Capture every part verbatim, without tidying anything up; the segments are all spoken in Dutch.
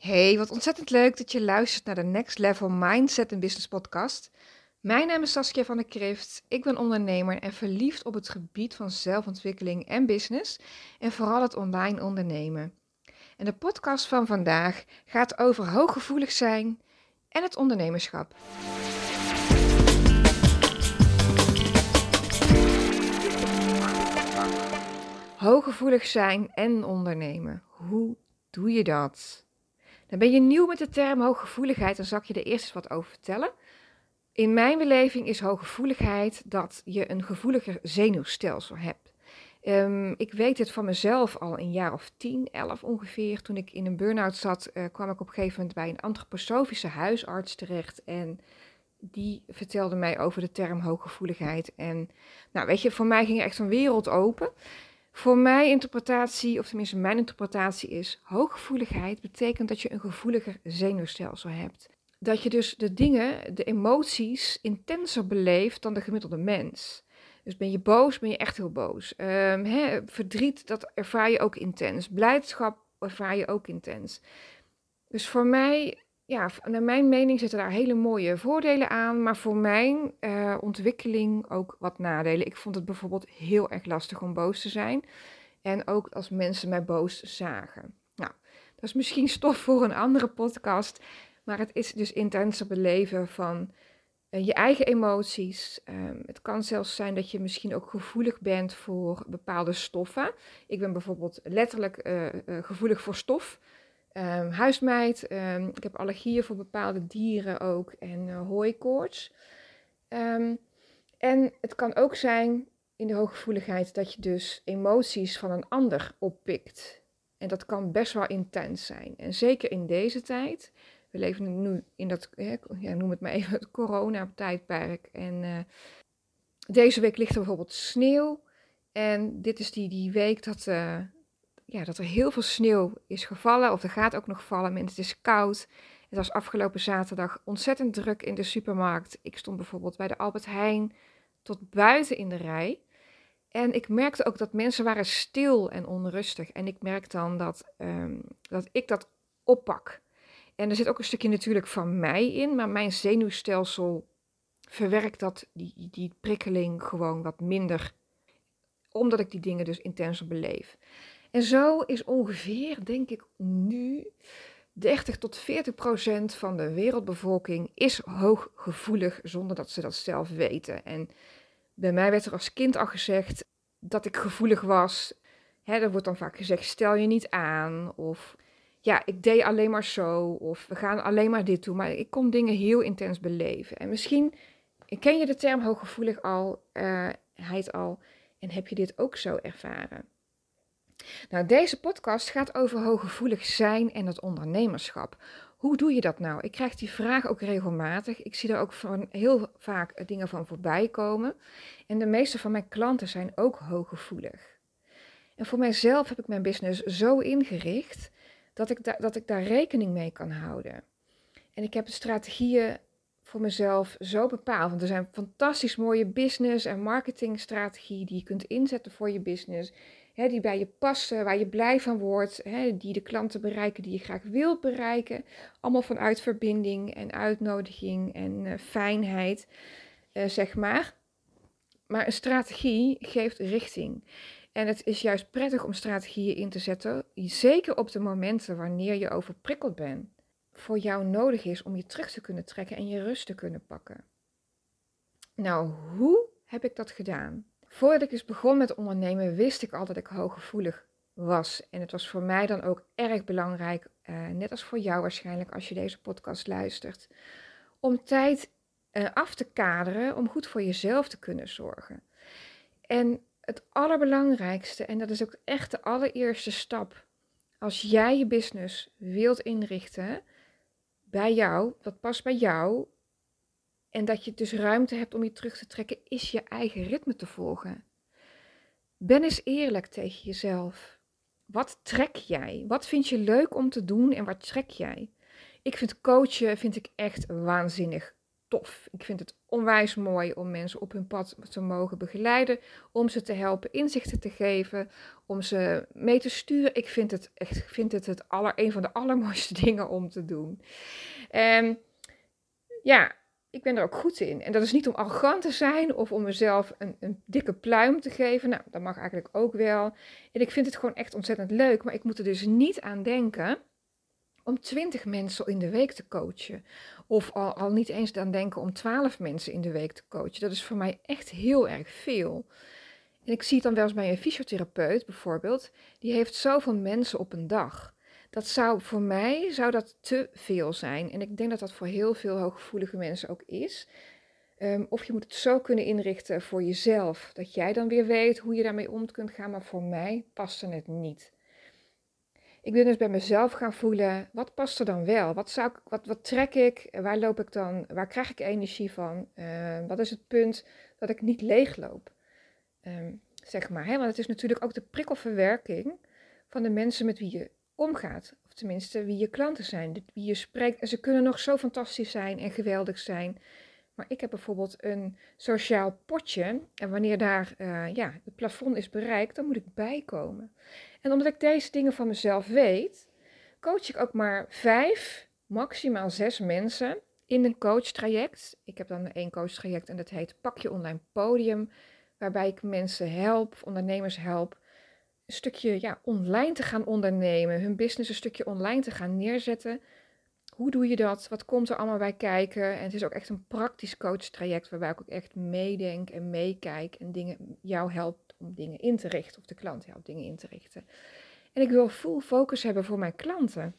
Hey, wat ontzettend leuk dat je luistert naar de Next Level Mindset en Business podcast. Mijn naam is Saskia van der Krift. Ik ben ondernemer en verliefd op het gebied van zelfontwikkeling en business en vooral het online ondernemen. En de podcast van vandaag gaat over hooggevoelig zijn en het ondernemerschap. Hooggevoelig zijn en ondernemen. Hoe doe je dat? Dan ben je nieuw met de term hooggevoeligheid, dan zal ik je er eerst eens wat over vertellen. In mijn beleving is hooggevoeligheid dat je een gevoeliger zenuwstelsel hebt. Um, ik weet dit van mezelf al een jaar of tien, elf ongeveer. Toen ik in een burn-out zat, uh, kwam ik op een gegeven moment bij een antroposofische huisarts terecht. En die vertelde mij over de term hooggevoeligheid. En nou weet je, voor mij ging er echt een wereld open. Voor mijn interpretatie, of tenminste mijn interpretatie is, hooggevoeligheid betekent dat je een gevoeliger zenuwstelsel hebt. Dat je dus de dingen, de emoties, intenser beleeft dan de gemiddelde mens. Dus ben je boos, ben je echt heel boos. Um, hè, verdriet, dat ervaar je ook intens. Blijdschap ervaar je ook intens. Dus voor mij, ja, naar mijn mening zitten daar hele mooie voordelen aan, maar voor mijn uh, ontwikkeling ook wat nadelen. Ik vond het bijvoorbeeld heel erg lastig om boos te zijn. En ook als mensen mij boos zagen. Nou, dat is misschien stof voor een andere podcast. Maar het is dus intenser beleven van uh, je eigen emoties. Um, het kan zelfs zijn dat je misschien ook gevoelig bent voor bepaalde stoffen. Ik ben bijvoorbeeld letterlijk uh, uh, gevoelig voor stof. Um, huismeid, um, ik heb allergieën voor bepaalde dieren ook en uh, hooikoorts. Um, en het kan ook zijn in de hooggevoeligheid dat je dus emoties van een ander oppikt. En dat kan best wel intens zijn. En zeker in deze tijd, we leven nu in dat, ja, noem het maar even, het corona-tijdperk. En uh, deze week ligt er bijvoorbeeld sneeuw. En dit is die, die week dat... Uh, Ja, dat er heel veel sneeuw is gevallen, of er gaat ook nog vallen. Mensen, het is koud. Het was afgelopen zaterdag ontzettend druk in de supermarkt. Ik stond bijvoorbeeld bij de Albert Heijn tot buiten in de rij. En ik merkte ook dat mensen waren stil en onrustig. En ik merk dan dat, um, dat ik dat oppak. En er zit ook een stukje natuurlijk van mij in, maar mijn zenuwstelsel verwerkt dat, die, die prikkeling gewoon wat minder. Omdat ik die dingen dus intenser beleef. En zo is ongeveer, denk ik nu, dertig tot veertig procent van de wereldbevolking is hooggevoelig zonder dat ze dat zelf weten. En bij mij werd er als kind al gezegd dat ik gevoelig was. Hè, er wordt dan vaak gezegd, stel je niet aan. Of ja, ik deed alleen maar zo. Of we gaan alleen maar dit doen. Maar ik kon dingen heel intens beleven. En misschien ken je de term hooggevoelig al, uh, heid al. En heb je dit ook zo ervaren? Nou, deze podcast gaat over hooggevoelig zijn en het ondernemerschap. Hoe doe je dat nou? Ik krijg die vraag ook regelmatig. Ik zie er ook van heel vaak dingen van voorbij komen. En de meeste van mijn klanten zijn ook hooggevoelig. En voor mijzelf heb ik mijn business zo ingericht dat ik, da- dat ik daar rekening mee kan houden. En ik heb de strategieën voor mezelf zo bepaald. Want er zijn fantastisch mooie business- en marketingstrategieën die je kunt inzetten voor je business. Hè, die bij je passen, waar je blij van wordt. Hè, die de klanten bereiken die je graag wilt bereiken. Allemaal vanuit verbinding en uitnodiging en uh, fijnheid, uh, zeg maar. Maar een strategie geeft richting. En het is juist prettig om strategieën in te zetten, zeker op de momenten wanneer je overprikkeld bent, voor jou nodig is om je terug te kunnen trekken en je rust te kunnen pakken. Nou, hoe heb ik dat gedaan? Voordat ik dus begon met ondernemen, wist ik al dat ik hooggevoelig was. En het was voor mij dan ook erg belangrijk, uh, net als voor jou waarschijnlijk als je deze podcast luistert, om tijd uh, af te kaderen om goed voor jezelf te kunnen zorgen. En het allerbelangrijkste, en dat is ook echt de allereerste stap, als jij je business wilt inrichten bij jou, wat past bij jou, en dat je dus ruimte hebt om je terug te trekken, is je eigen ritme te volgen. Ben eens eerlijk tegen jezelf. Wat trek jij? Wat vind je leuk om te doen en waar trek jij? Ik vind coachen vind ik echt waanzinnig tof. Ik vind het onwijs mooi om mensen op hun pad te mogen begeleiden, om ze te helpen inzichten te geven, om ze mee te sturen. Ik vind het echt vind het, het aller, een van de allermooiste dingen om te doen. En ja, ik ben er ook goed in. En dat is niet om arrogant te zijn of om mezelf een, een dikke pluim te geven. Nou, dat mag eigenlijk ook wel. En ik vind het gewoon echt ontzettend leuk, maar ik moet er dus niet aan denken om twintig mensen in de week te coachen. Of al, al niet eens aan denken om twaalf mensen in de week te coachen. Dat is voor mij echt heel erg veel. En ik zie het dan wel eens bij een fysiotherapeut bijvoorbeeld. Die heeft zoveel mensen op een dag. Dat zou voor mij zou dat te veel zijn. En ik denk dat dat voor heel veel hooggevoelige mensen ook is. Um, of je moet het zo kunnen inrichten voor jezelf. Dat jij dan weer weet hoe je daarmee om kunt gaan. Maar voor mij paste het niet. Ik ben dus bij mezelf gaan voelen, wat past er dan wel? Wat, zou ik, wat, wat trek ik? Waar loop ik dan? Waar krijg ik energie van? Uh, wat is het punt dat ik niet leegloop? Um, zeg maar, hè? Want het is natuurlijk ook de prikkelverwerking van de mensen met wie je omgaat. Of tenminste, wie je klanten zijn, wie je spreekt. En ze kunnen nog zo fantastisch zijn en geweldig zijn. Maar ik heb bijvoorbeeld een sociaal potje. En wanneer daar uh, ja, het plafond is bereikt, dan moet ik bijkomen. En omdat ik deze dingen van mezelf weet, coach ik ook maar vijf, maximaal zes mensen in een coachtraject. Ik heb dan één coachtraject en dat heet Pak je online podium. Waarbij ik mensen help, ondernemers help, een stukje ja, online te gaan ondernemen. Hun business een stukje online te gaan neerzetten. Hoe doe je dat? Wat komt er allemaal bij kijken? En het is ook echt een praktisch coachtraject waarbij ik ook echt meedenk en meekijk en dingen, jou helpt om dingen in te richten of de klant helpt dingen in te richten. En ik wil full focus hebben voor mijn klanten.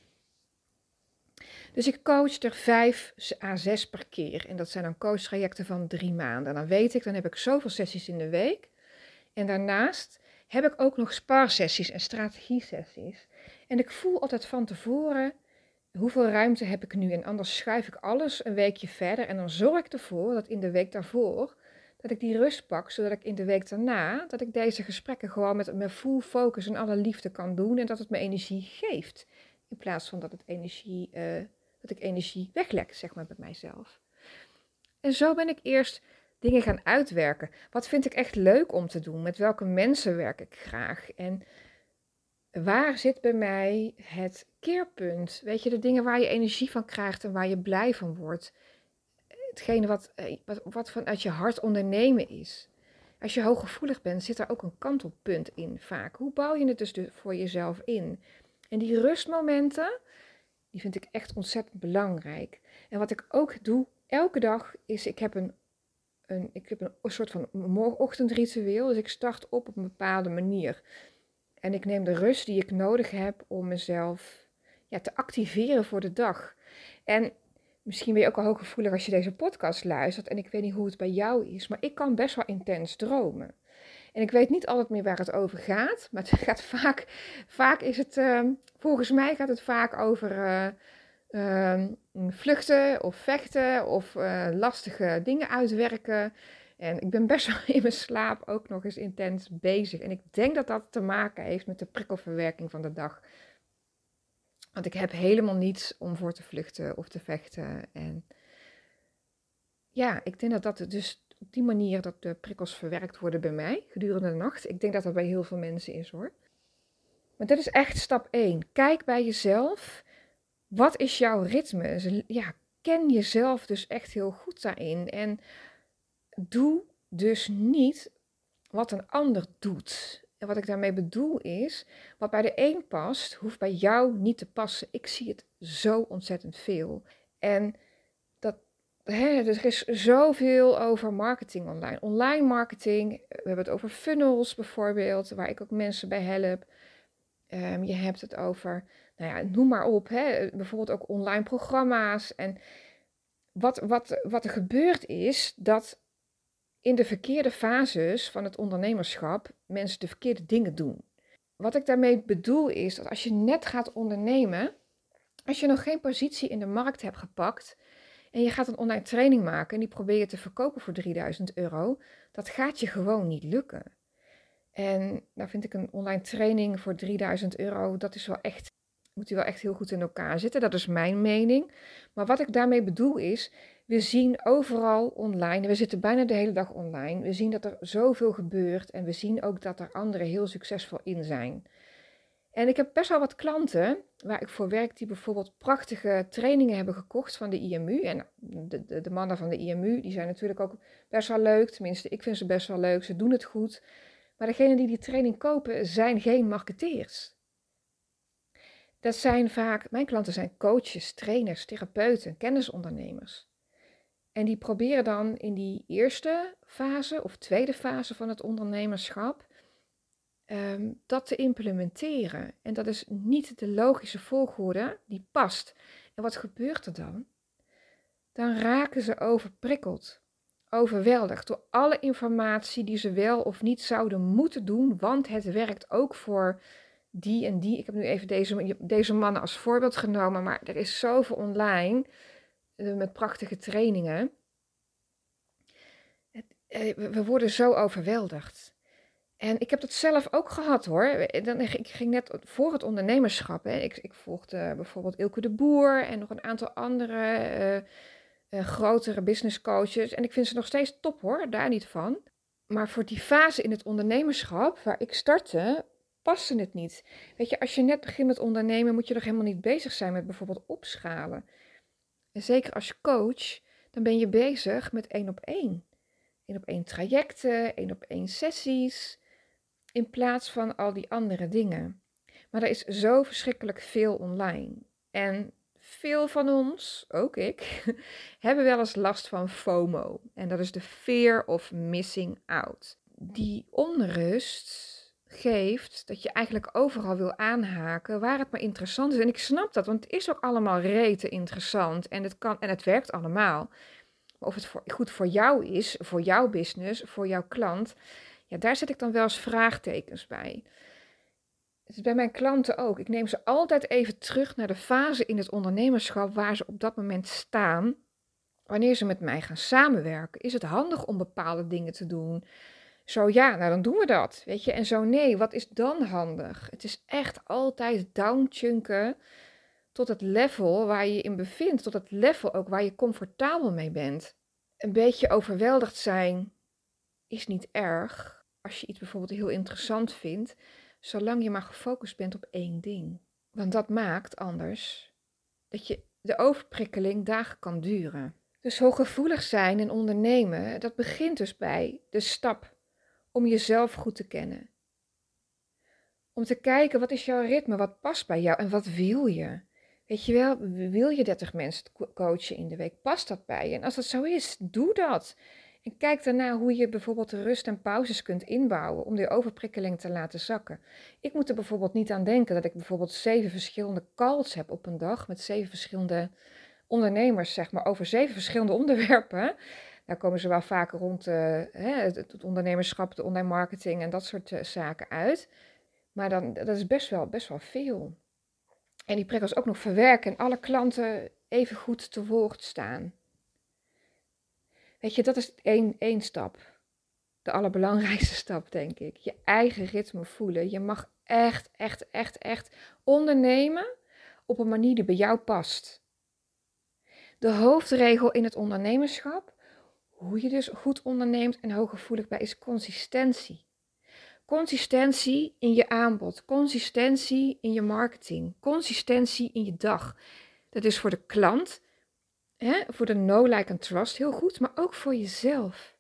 Dus ik coach er vijf à zes per keer. En dat zijn dan coachtrajecten van drie maanden. Dan weet ik, dan heb ik zoveel sessies in de week. En daarnaast heb ik ook nog spaarsessies en strategie-sessies. En ik voel altijd van tevoren, hoeveel ruimte heb ik nu? En anders schuif ik alles een weekje verder. En dan zorg ik ervoor dat in de week daarvoor, dat ik die rust pak. Zodat ik in de week daarna, dat ik deze gesprekken gewoon met mijn full focus en alle liefde kan doen. En dat het me energie geeft. In plaats van dat, het energie, uh, dat ik energie weglek, zeg maar, bij mijzelf. En zo ben ik eerst dingen gaan uitwerken. Wat vind ik echt leuk om te doen? Met welke mensen werk ik graag? En waar zit bij mij het keerpunt? Weet je, de dingen waar je energie van krijgt en waar je blij van wordt. Hetgene wat, wat, wat vanuit je hart ondernemen is. Als je hooggevoelig bent, zit er ook een kantelpunt in vaak. Hoe bouw je het dus voor jezelf in? En die rustmomenten, die vind ik echt ontzettend belangrijk. En wat ik ook doe elke dag is, ik heb een, een, ik heb een soort van morgenochtendritueel. Dus ik start op op een bepaalde manier. En ik neem de rust die ik nodig heb om mezelf ja, te activeren voor de dag. En misschien ben je ook al hooggevoelig als je deze podcast luistert. En ik weet niet hoe het bij jou is, maar ik kan best wel intens dromen. En ik weet niet altijd meer waar het over gaat. Maar het gaat vaak, vaak is het, uh, volgens mij gaat het vaak over uh, uh, vluchten of vechten of uh, lastige dingen uitwerken. En ik ben best wel in mijn slaap ook nog eens intens bezig. En ik denk dat dat te maken heeft met de prikkelverwerking van de dag. Want ik heb helemaal niets om voor te vluchten of te vechten. En ja, ik denk dat dat dus op die manier dat de prikkels verwerkt worden bij mij gedurende de nacht. Ik denk dat dat bij heel veel mensen is hoor. Maar dat is echt stap één. Kijk bij jezelf. Wat is jouw ritme? Ja, ken jezelf dus echt heel goed daarin. En doe dus niet wat een ander doet. En wat ik daarmee bedoel is, wat bij de een past, hoeft bij jou niet te passen. Ik zie het zo ontzettend veel. En dat, hè, er is zoveel over marketing online. Online marketing, we hebben het over funnels bijvoorbeeld, waar ik ook mensen bij help. Um, je hebt het over, nou ja, noem maar op, hè, bijvoorbeeld ook online programma's. En wat, wat, wat er gebeurt is dat in de verkeerde fases van het ondernemerschap mensen de verkeerde dingen doen. Wat ik daarmee bedoel is dat als je net gaat ondernemen, als je nog geen positie in de markt hebt gepakt en je gaat een online training maken en die probeer je te verkopen voor drieduizend euro, dat gaat je gewoon niet lukken. En nou vind ik een online training voor drieduizend euro, dat is wel echt, moet die wel echt heel goed in elkaar zitten. Dat is mijn mening. Maar wat ik daarmee bedoel is, We zien overal online, we zitten bijna de hele dag online. We zien dat er zoveel gebeurt en we zien ook dat er anderen heel succesvol in zijn. En ik heb best wel wat klanten waar ik voor werk die bijvoorbeeld prachtige trainingen hebben gekocht van de I M U. En de, de, de mannen van de I M U, die zijn natuurlijk ook best wel leuk. Tenminste, ik vind ze best wel leuk. Ze doen het goed. Maar degenen die die training kopen, zijn geen marketeers. Dat zijn vaak, mijn klanten zijn coaches, trainers, therapeuten, kennisondernemers. En die proberen dan in die eerste fase of tweede fase van het ondernemerschap um, dat te implementeren. En dat is niet de logische volgorde die past. En wat gebeurt er dan? Dan raken ze overprikkeld, overweldigd door alle informatie die ze wel of niet zouden moeten doen, want het werkt ook voor die en die. Ik heb nu even deze, deze mannen als voorbeeld genomen, maar er is zoveel online uh, met prachtige trainingen. Het, uh, we worden zo overweldigd. En ik heb dat zelf ook gehad hoor. Dan, ik ging net voor het ondernemerschap. Hè. Ik, ik volgde bijvoorbeeld Ilke de Boer en nog een aantal andere uh, uh, grotere business coaches. En ik vind ze nog steeds top hoor, daar niet van. Maar voor die fase in het ondernemerschap waar ik startte, paste het niet. Weet je, als je net begint met ondernemen, moet je nog helemaal niet bezig zijn met bijvoorbeeld opschalen. En zeker als coach, dan ben je bezig met één op één. Één op één trajecten, één op één sessies, in plaats van al die andere dingen. Maar er is zo verschrikkelijk veel online. En veel van ons, ook ik, hebben wel eens last van FOMO. En dat is de fear of missing out. Die onrust geeft dat je eigenlijk overal wil aanhaken waar het maar interessant is. En ik snap dat, want het is ook allemaal rete interessant. En het kan en het werkt allemaal. Maar of het voor, goed voor jou is, voor jouw business, voor jouw klant, ja, daar zet ik dan wel eens vraagtekens bij. Het is bij mijn klanten ook. Ik neem ze altijd even terug naar de fase in het ondernemerschap waar ze op dat moment staan. Wanneer ze met mij gaan samenwerken, is het handig om bepaalde dingen te doen. Zo ja, nou dan doen we dat, weet je. En zo nee, wat is dan handig? Het is echt altijd downchunken tot het level waar je je in bevindt. Tot het level ook waar je comfortabel mee bent. Een beetje overweldigd zijn is niet erg. Als je iets bijvoorbeeld heel interessant vindt, zolang je maar gefocust bent op één ding. Want dat maakt anders dat je de overprikkeling dagen kan duren. Dus hooggevoelig zijn en ondernemen, dat begint dus bij de stap om jezelf goed te kennen. Om te kijken, wat is jouw ritme, wat past bij jou en wat wil je? Weet je wel, wil je dertig mensen coachen in de week? Past dat bij je? En als dat zo is, doe dat. En kijk daarna hoe je bijvoorbeeld de rust en pauzes kunt inbouwen om die overprikkeling te laten zakken. Ik moet er bijvoorbeeld niet aan denken dat ik bijvoorbeeld zeven verschillende calls heb op een dag met zeven verschillende ondernemers, zeg maar, over zeven verschillende onderwerpen. Daar komen ze wel vaker rond uh, het, het ondernemerschap, de online marketing en dat soort uh, zaken uit. Maar dan, dat is best wel, best wel veel. En die prikkels ook nog verwerken en alle klanten even goed te woord staan. Weet je, dat is één, één stap. De allerbelangrijkste stap, denk ik. Je eigen ritme voelen. Je mag echt, echt, echt, echt ondernemen op een manier die bij jou past. De hoofdregel in het ondernemerschap, hoe je dus goed onderneemt en hooggevoelig bij, is consistentie. Consistentie in je aanbod, consistentie in je marketing, consistentie in je dag. Dat is voor de klant, hè, voor de know, like en trust heel goed, maar ook voor jezelf.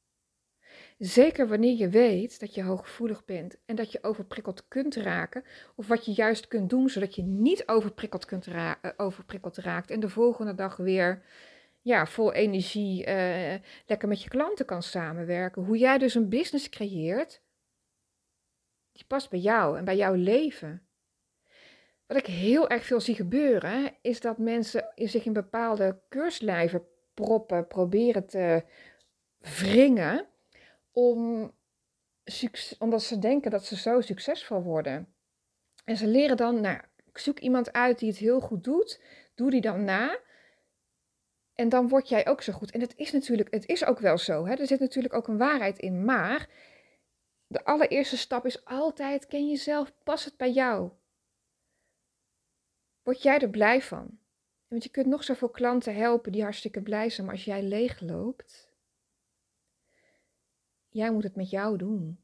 Zeker wanneer je weet dat je hooggevoelig bent en dat je overprikkeld kunt raken, of wat je juist kunt doen zodat je niet overprikkeld, kunt ra- uh, overprikkeld raakt en de volgende dag weer ja, vol energie uh, lekker met je klanten kan samenwerken. Hoe jij dus een business creëert die past bij jou en bij jouw leven. Wat ik heel erg veel zie gebeuren, is dat mensen zich in bepaalde keurslijven proppen, proberen te wringen, om, omdat ze denken dat ze zo succesvol worden. En ze leren dan, nou, ik zoek iemand uit die het heel goed doet, doe die dan na. En dan word jij ook zo goed. En het is natuurlijk, het is ook wel zo, hè? Er zit natuurlijk ook een waarheid in, maar de allereerste stap is altijd, ken jezelf, past het bij jou? Word jij er blij van? Want je kunt nog zoveel klanten helpen die hartstikke blij zijn, maar als jij leeg loopt, jij moet het met jou doen.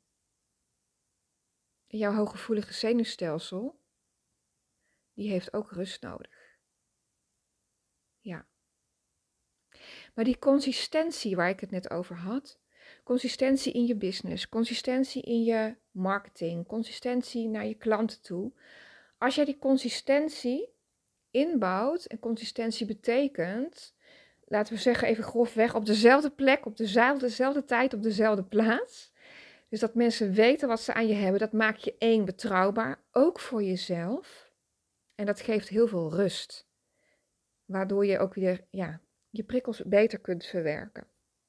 En jouw hooggevoelige zenuwstelsel, die heeft ook rust nodig. Ja. Maar die consistentie waar ik het net over had, consistentie in je business, consistentie in je marketing, consistentie naar je klanten toe. Als jij die consistentie inbouwt, en consistentie betekent, laten we zeggen even grofweg, op dezelfde plek, op dezelfde, dezelfde tijd, op dezelfde plaats. Dus dat mensen weten wat ze aan je hebben, dat maakt je één betrouwbaar, ook voor jezelf. En dat geeft heel veel rust. Waardoor je ook weer ja, je prikkels beter kunt verwerken.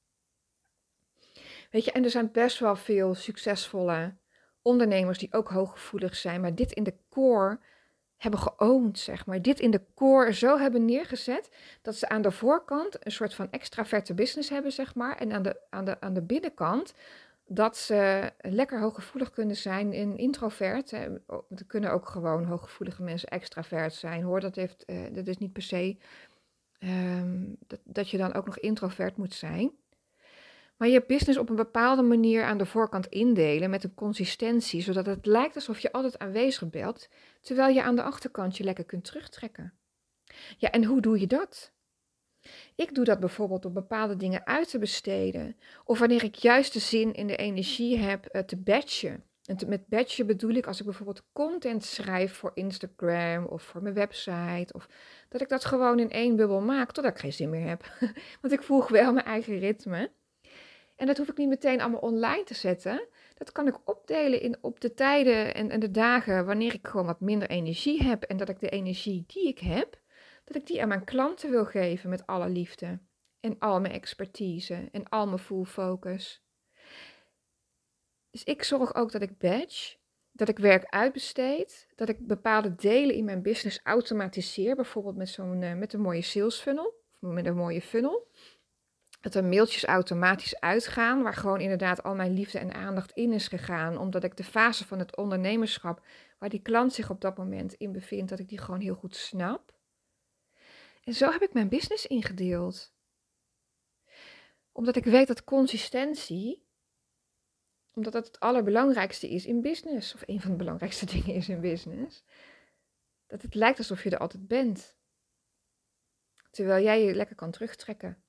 Weet je, en er zijn best wel veel succesvolle ondernemers die ook hooggevoelig zijn, maar dit in de core hebben geowned, zeg maar. Dit in de core zo hebben neergezet dat ze aan de voorkant een soort van extraverte business hebben, zeg maar. En aan de, aan de, aan de binnenkant dat ze lekker hooggevoelig kunnen zijn in introvert. Hè. Er kunnen ook gewoon hooggevoelige mensen extravert zijn, hoor. Dat, heeft, uh, dat is niet per se um, dat, dat je dan ook nog introvert moet zijn. Maar je business op een bepaalde manier aan de voorkant indelen met een consistentie, zodat het lijkt alsof je altijd aanwezig bent, terwijl je aan de achterkant je lekker kunt terugtrekken. Ja, en hoe doe je dat? Ik doe dat bijvoorbeeld door bepaalde dingen uit te besteden. Of wanneer ik juist de zin in de energie heb uh, te batchen. En te, met batchen bedoel ik als ik bijvoorbeeld content schrijf voor Instagram of voor mijn website. Of dat ik dat gewoon in één bubbel maak totdat ik geen zin meer heb. Want ik volg wel mijn eigen ritme. En dat hoef ik niet meteen allemaal online te zetten. Dat kan ik opdelen in, op de tijden en, en de dagen wanneer ik gewoon wat minder energie heb. En dat ik de energie die ik heb, dat ik die aan mijn klanten wil geven met alle liefde. En al mijn expertise en al mijn full focus. Dus ik zorg ook dat ik batch, dat ik werk uitbesteed, dat ik bepaalde delen in mijn business automatiseer. Bijvoorbeeld met, zo'n, uh, met een mooie sales funnel, of met een mooie funnel. Dat er mailtjes automatisch uitgaan, waar gewoon inderdaad al mijn liefde en aandacht in is gegaan. Omdat ik de fase van het ondernemerschap, waar die klant zich op dat moment in bevindt, dat ik die gewoon heel goed snap. En zo heb ik mijn business ingedeeld. Omdat ik weet dat consistentie, omdat dat het allerbelangrijkste is in business, of een van de belangrijkste dingen is in business, dat het lijkt alsof je er altijd bent. Terwijl jij je lekker kan terugtrekken.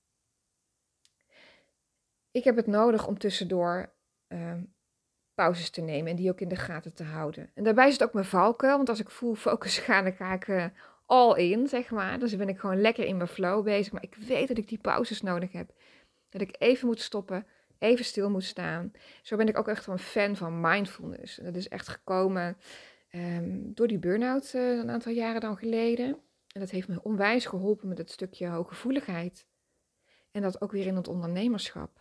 Ik heb het nodig om tussendoor uh, pauzes te nemen en die ook in de gaten te houden. En daarbij is het ook mijn valkuil, want als ik full focus ga, dan ga ik uh, all in, zeg maar. Dus dan ben ik gewoon lekker in mijn flow bezig. Maar ik weet dat ik die pauzes nodig heb. Dat ik even moet stoppen, even stil moet staan. Zo ben ik ook echt een fan van mindfulness. En dat is echt gekomen um, door die burn-out uh, een aantal jaren dan geleden. En dat heeft me onwijs geholpen met het stukje hooggevoeligheid. En dat ook weer in het ondernemerschap.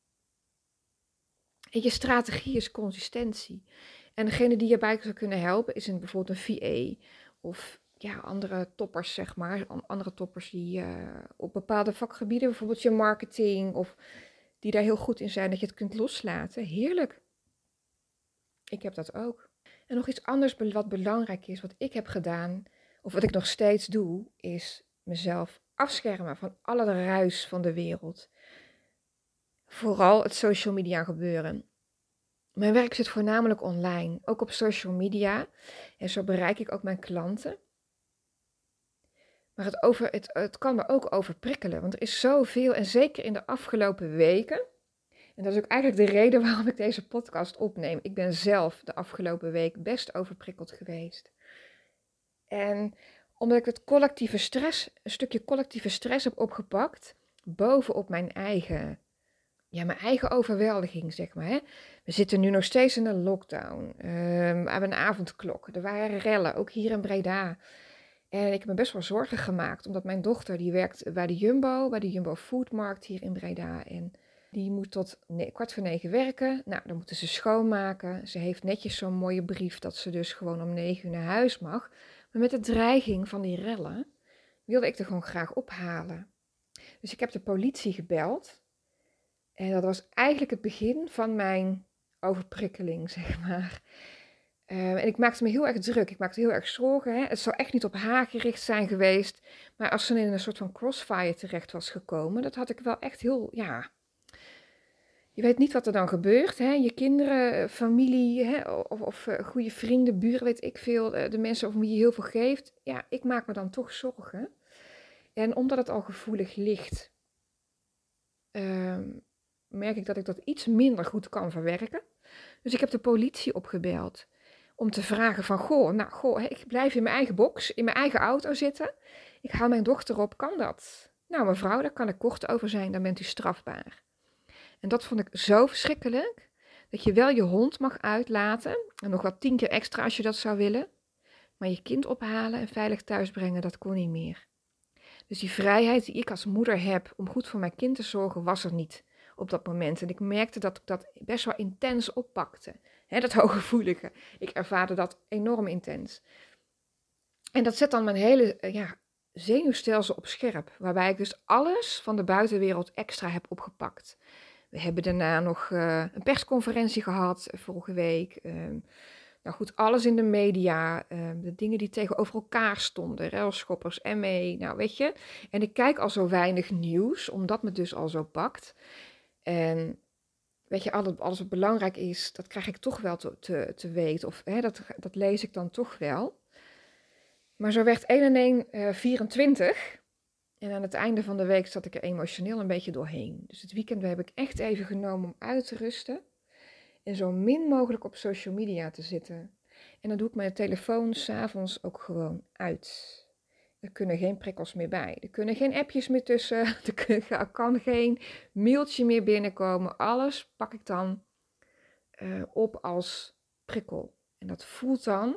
En je strategie is consistentie. En degene die je bij zou kunnen helpen is een, bijvoorbeeld een V A. Of ja, andere toppers, zeg maar. Andere toppers die uh, op bepaalde vakgebieden, bijvoorbeeld je marketing, of die daar heel goed in zijn, dat je het kunt loslaten. Heerlijk. Ik heb dat ook. En nog iets anders wat belangrijk is, wat ik heb gedaan, of wat ik nog steeds doe, is mezelf afschermen van alle ruis van de wereld. Vooral het social media gebeuren. Mijn werk zit voornamelijk online, ook op social media. En zo bereik ik ook mijn klanten. Maar het, over, het, het kan me ook overprikkelen, want er is zoveel, en zeker in de afgelopen weken. En dat is ook eigenlijk de reden waarom ik deze podcast opneem. Ik ben zelf de afgelopen week best overprikkeld geweest. En omdat ik het collectieve stress, een stukje collectieve stress heb opgepakt, bovenop mijn eigen, ja, mijn eigen overweldiging, zeg maar. Hè. We zitten nu nog steeds in een lockdown. Um, we hebben een avondklok. Er waren rellen, ook hier in Breda. En ik heb me best wel zorgen gemaakt, omdat mijn dochter, die werkt bij de Jumbo, bij de Jumbo Foodmarkt hier in Breda. En die moet tot ne- kwart voor negen werken. Nou, dan moeten ze schoonmaken. Ze heeft netjes zo'n mooie brief dat ze dus gewoon om negen uur naar huis mag. Maar met de dreiging van die rellen wilde ik er gewoon graag ophalen. Dus ik heb de politie gebeld. En dat was eigenlijk het begin van mijn overprikkeling, zeg maar. Uh, en ik maakte me heel erg druk. Ik maakte heel erg zorgen. Hè. Het zou echt niet op haar gericht zijn geweest. Maar als ze in een soort van crossfire terecht was gekomen, dat had ik wel echt heel, ja... Je weet niet wat er dan gebeurt. Hè? Je kinderen, familie, hè? of, of uh, goede vrienden, buren, weet ik veel. Uh, de mensen over wie je heel veel geeft. Ja, ik maak me dan toch zorgen. En omdat het al gevoelig ligt, uh, merk ik dat ik dat iets minder goed kan verwerken. Dus ik heb de politie opgebeld om te vragen van, goh, nou, goh, ik blijf in mijn eigen box, in mijn eigen auto zitten. Ik haal mijn dochter op, kan dat? Nou, mevrouw, daar kan ik kort over zijn, dan bent u strafbaar. En dat vond ik zo verschrikkelijk, dat je wel je hond mag uitlaten, en nog wat tien keer extra als je dat zou willen, maar je kind ophalen en veilig thuisbrengen, dat kon niet meer. Dus die vrijheid die ik als moeder heb om goed voor mijn kind te zorgen, was er niet op dat moment. En ik merkte dat ik dat best wel intens oppakte. Hè, dat hooggevoelige. Ik ervaarde dat enorm intens. En dat zet dan mijn hele ja, zenuwstelsel op scherp. Waarbij ik dus alles van de buitenwereld extra heb opgepakt. We hebben daarna nog uh, een persconferentie gehad vorige week. Uh, nou goed, alles in de media. Uh, de dingen die tegenover elkaar stonden. Railschoppers, M E, nou weet je. En ik kijk al zo weinig nieuws, omdat me dus al zo pakt. En weet je, alles, alles wat belangrijk is, dat krijg ik toch wel te, te, te weten. Of hè, dat, dat lees ik dan toch wel. Maar zo werd één en één uh, vierentwintig. En aan het einde van de week zat ik er emotioneel een beetje doorheen. Dus het weekend heb ik echt even genomen om uit te rusten. En zo min mogelijk op social media te zitten. En dan doe ik mijn telefoon 's avonds ook gewoon uit. Er kunnen geen prikkels meer bij. Er kunnen geen appjes meer tussen. Er kan geen mailtje meer binnenkomen. Alles pak ik dan uh, op als prikkel. En dat voelt dan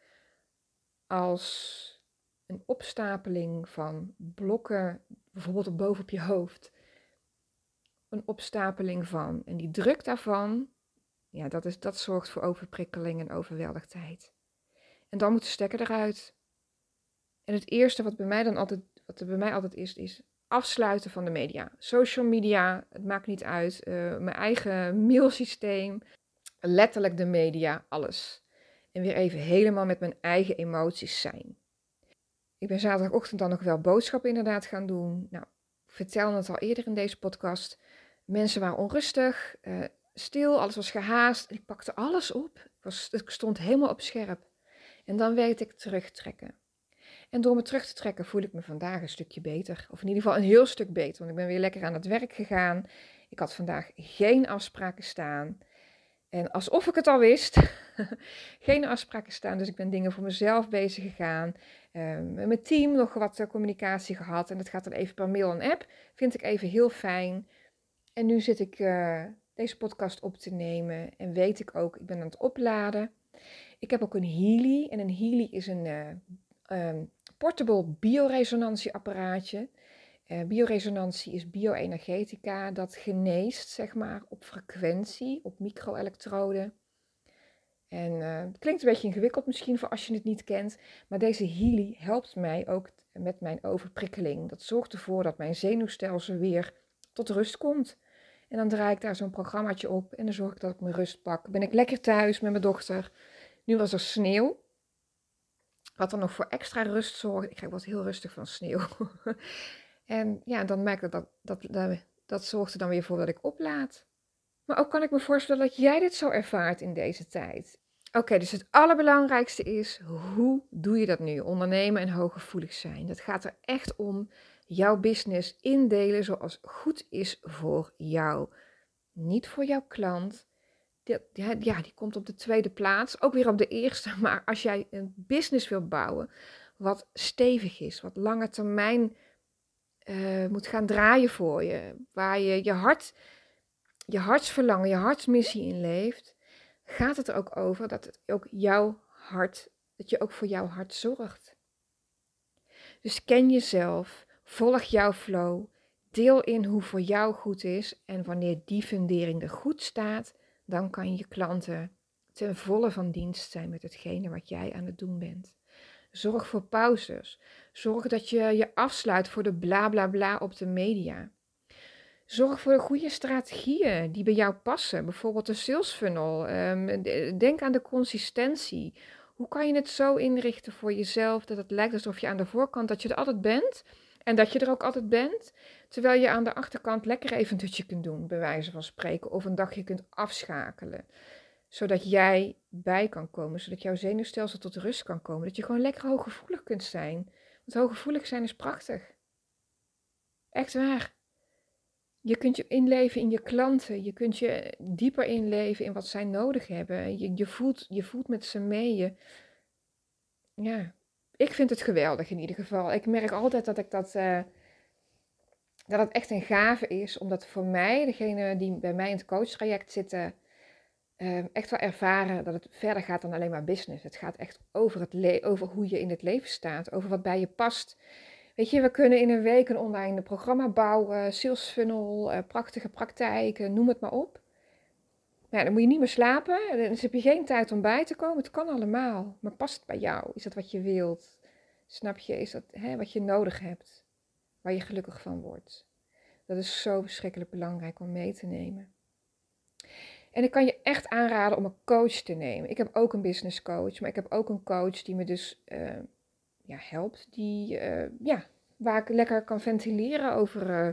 als een opstapeling van blokken, bijvoorbeeld boven op je hoofd. Een opstapeling van. En die druk daarvan, ja, dat, is, dat zorgt voor overprikkeling en overweldigdheid. En dan moet de stekker eruit. En het eerste wat bij mij dan altijd, wat er bij mij altijd is, is afsluiten van de media. Social media, het maakt niet uit. Uh, mijn eigen mailsysteem, letterlijk de media, alles. En weer even helemaal met mijn eigen emoties zijn. Ik ben zaterdagochtend dan nog wel boodschappen inderdaad gaan doen. Nou, ik vertelde het al eerder in deze podcast. Mensen waren onrustig, uh, stil, alles was gehaast. En ik pakte alles op. Ik, was, ik stond helemaal op scherp. En dan weet ik terugtrekken. En door me terug te trekken voel ik me vandaag een stukje beter. Of in ieder geval een heel stuk beter. Want ik ben weer lekker aan het werk gegaan. Ik had vandaag geen afspraken staan. En alsof ik het al wist. Geen afspraken staan. Dus ik ben dingen voor mezelf bezig gegaan. Uh, met mijn team nog wat uh, communicatie gehad. En dat gaat dan even per mail en app. Vind ik even heel fijn. En nu zit ik uh, deze podcast op te nemen. En weet ik ook, ik ben aan het opladen. Ik heb ook een Healy. En een Healy is een uh, um, portable bioresonantieapparaatje. Uh, bioresonantie is bioenergetica. Dat geneest, zeg maar, op frequentie, op microelektroden. En uh, het klinkt een beetje ingewikkeld misschien voor als je het niet kent. Maar deze Healy helpt mij ook met mijn overprikkeling. Dat zorgt ervoor dat mijn zenuwstelsel weer tot rust komt. En dan draai ik daar zo'n programmaatje op en dan zorg ik dat ik mijn rust pak. Ben ik lekker thuis met mijn dochter. Nu was er sneeuw. Wat er nog voor extra rust zorgt. Ik krijg wat heel rustig van sneeuw. En ja, dan merk ik dat dat, dat dat zorgt er dan weer voor dat ik oplaad. Maar ook kan ik me voorstellen dat jij dit zo ervaart in deze tijd. Oké, okay, dus het allerbelangrijkste is, hoe doe je dat nu? Ondernemen en hooggevoelig zijn. Dat gaat er echt om jouw business indelen zoals goed is voor jou. Niet voor jouw klant. Die, ja, die komt op de tweede plaats. Ook weer op de eerste. Maar als jij een business wilt bouwen wat stevig is, wat lange termijn uh, moet gaan draaien voor je. Waar je je hart... je hartsverlangen, je hartsmissie in leeft, gaat het er ook over dat het ook jouw hart, dat je ook voor jouw hart zorgt. Dus ken jezelf, volg jouw flow, deel in hoe voor jou goed is en wanneer die fundering er goed staat, dan kan je klanten ten volle van dienst zijn met hetgene wat jij aan het doen bent. Zorg voor pauzes. Zorg dat je je afsluit voor de bla bla bla op de media. Zorg voor de goede strategieën die bij jou passen. Bijvoorbeeld de sales funnel. Um, denk aan de consistentie. Hoe kan je het zo inrichten voor jezelf dat het lijkt alsof je aan de voorkant dat je er altijd bent. En dat je er ook altijd bent. Terwijl je aan de achterkant lekker even een dutje kunt doen, bij wijze van spreken. Of een dagje kunt afschakelen. Zodat jij bij kan komen. Zodat jouw zenuwstelsel tot rust kan komen. Dat je gewoon lekker hooggevoelig kunt zijn. Want hooggevoelig zijn is prachtig. Echt waar. Je kunt je inleven in je klanten. Je kunt je dieper inleven in wat zij nodig hebben. Je, je, voelt, je voelt met ze mee. Je, ja, ik vind het geweldig in ieder geval. Ik merk altijd dat ik dat... Uh, dat het echt een gave is. Omdat voor mij, degene die bij mij in het coachtraject zitten... Uh, echt wel ervaren dat het verder gaat dan alleen maar business. Het gaat echt over, het le- over hoe je in het leven staat. Over wat bij je past. Weet je, we kunnen in een week een online programma bouwen, sales funnel, uh, prachtige praktijken, noem het maar op. Ja, dan moet je niet meer slapen, dan heb je geen tijd om bij te komen. Het kan allemaal, maar past het bij jou? Is dat wat je wilt? Snap je, is dat hè, wat je nodig hebt? Waar je gelukkig van wordt? Dat is zo verschrikkelijk belangrijk om mee te nemen. En ik kan je echt aanraden om een coach te nemen. Ik heb ook een business coach, maar ik heb ook een coach die me dus... Uh, Ja, helpt, die, uh, ja, waar ik lekker kan ventileren over, uh,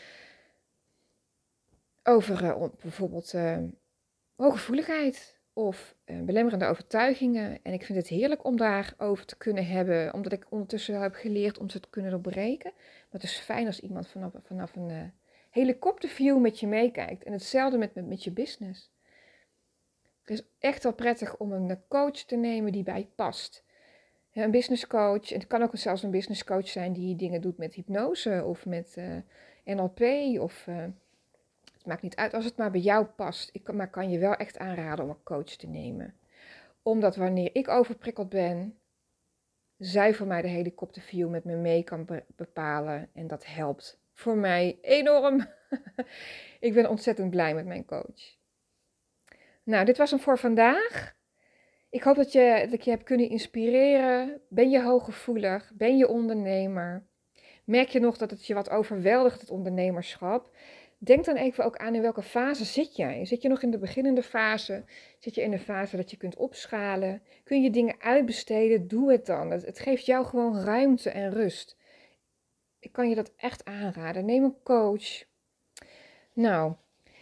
over uh, bijvoorbeeld uh, hooggevoeligheid of uh, belemmerende overtuigingen. En ik vind het heerlijk om daarover te kunnen hebben, omdat ik ondertussen heb geleerd om ze te kunnen doorbreken. Maar het is fijn als iemand vanaf, vanaf een uh, helikopterview met je meekijkt. En hetzelfde met, met, met je business. Het is echt wel prettig om een coach te nemen die bij je past. Een business coach, en het kan ook zelfs een business coach zijn die dingen doet met hypnose of met uh, N L P. Of, uh, het maakt niet uit als het maar bij jou past. Ik maar kan je wel echt aanraden om een coach te nemen. Omdat wanneer ik overprikkeld ben, zij voor mij de helikopterview met me mee kan be- bepalen. En dat helpt voor mij enorm. Ik ben ontzettend blij met mijn coach. Nou, dit was hem voor vandaag. Ik hoop dat, je, dat ik je heb kunnen inspireren. Ben je hooggevoelig? Ben je ondernemer? Merk je nog dat het je wat overweldigt, het ondernemerschap? Denk dan even ook aan in welke fase zit jij? Zit je nog in de beginnende fase? Zit je in de fase dat je kunt opschalen? Kun je dingen uitbesteden? Doe het dan. Het, het geeft jou gewoon ruimte en rust. Ik kan je dat echt aanraden. Neem een coach. Nou...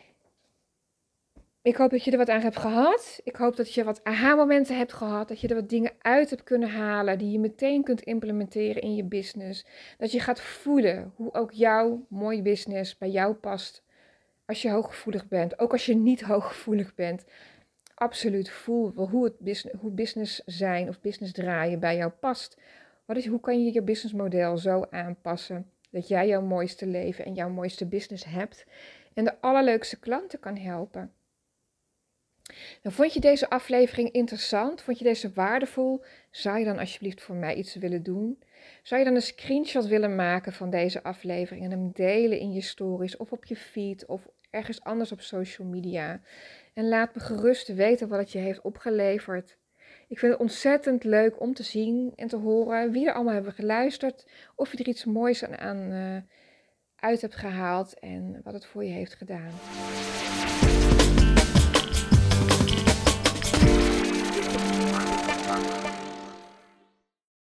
Ik hoop dat je er wat aan hebt gehad. Ik hoop dat je wat aha-momenten hebt gehad. Dat je er wat dingen uit hebt kunnen halen die je meteen kunt implementeren in je business. Dat je gaat voelen hoe ook jouw mooi business bij jou past. Als je hooggevoelig bent. Ook als je niet hooggevoelig bent. Absoluut voel hoe, het business, hoe business zijn of business draaien bij jou past. Wat is, hoe kan je je businessmodel zo aanpassen dat jij jouw mooiste leven en jouw mooiste business hebt. En de allerleukste klanten kan helpen. Nou, vond je deze aflevering interessant? Vond je deze waardevol? Zou je dan alsjeblieft voor mij iets willen doen? Zou je dan een screenshot willen maken van deze aflevering en hem delen in je stories of op je feed of ergens anders op social media? En laat me gerust weten wat het je heeft opgeleverd. Ik vind het ontzettend leuk om te zien en te horen wie er allemaal hebben geluisterd. Of je er iets moois aan, aan uh, uit hebt gehaald en wat het voor je heeft gedaan.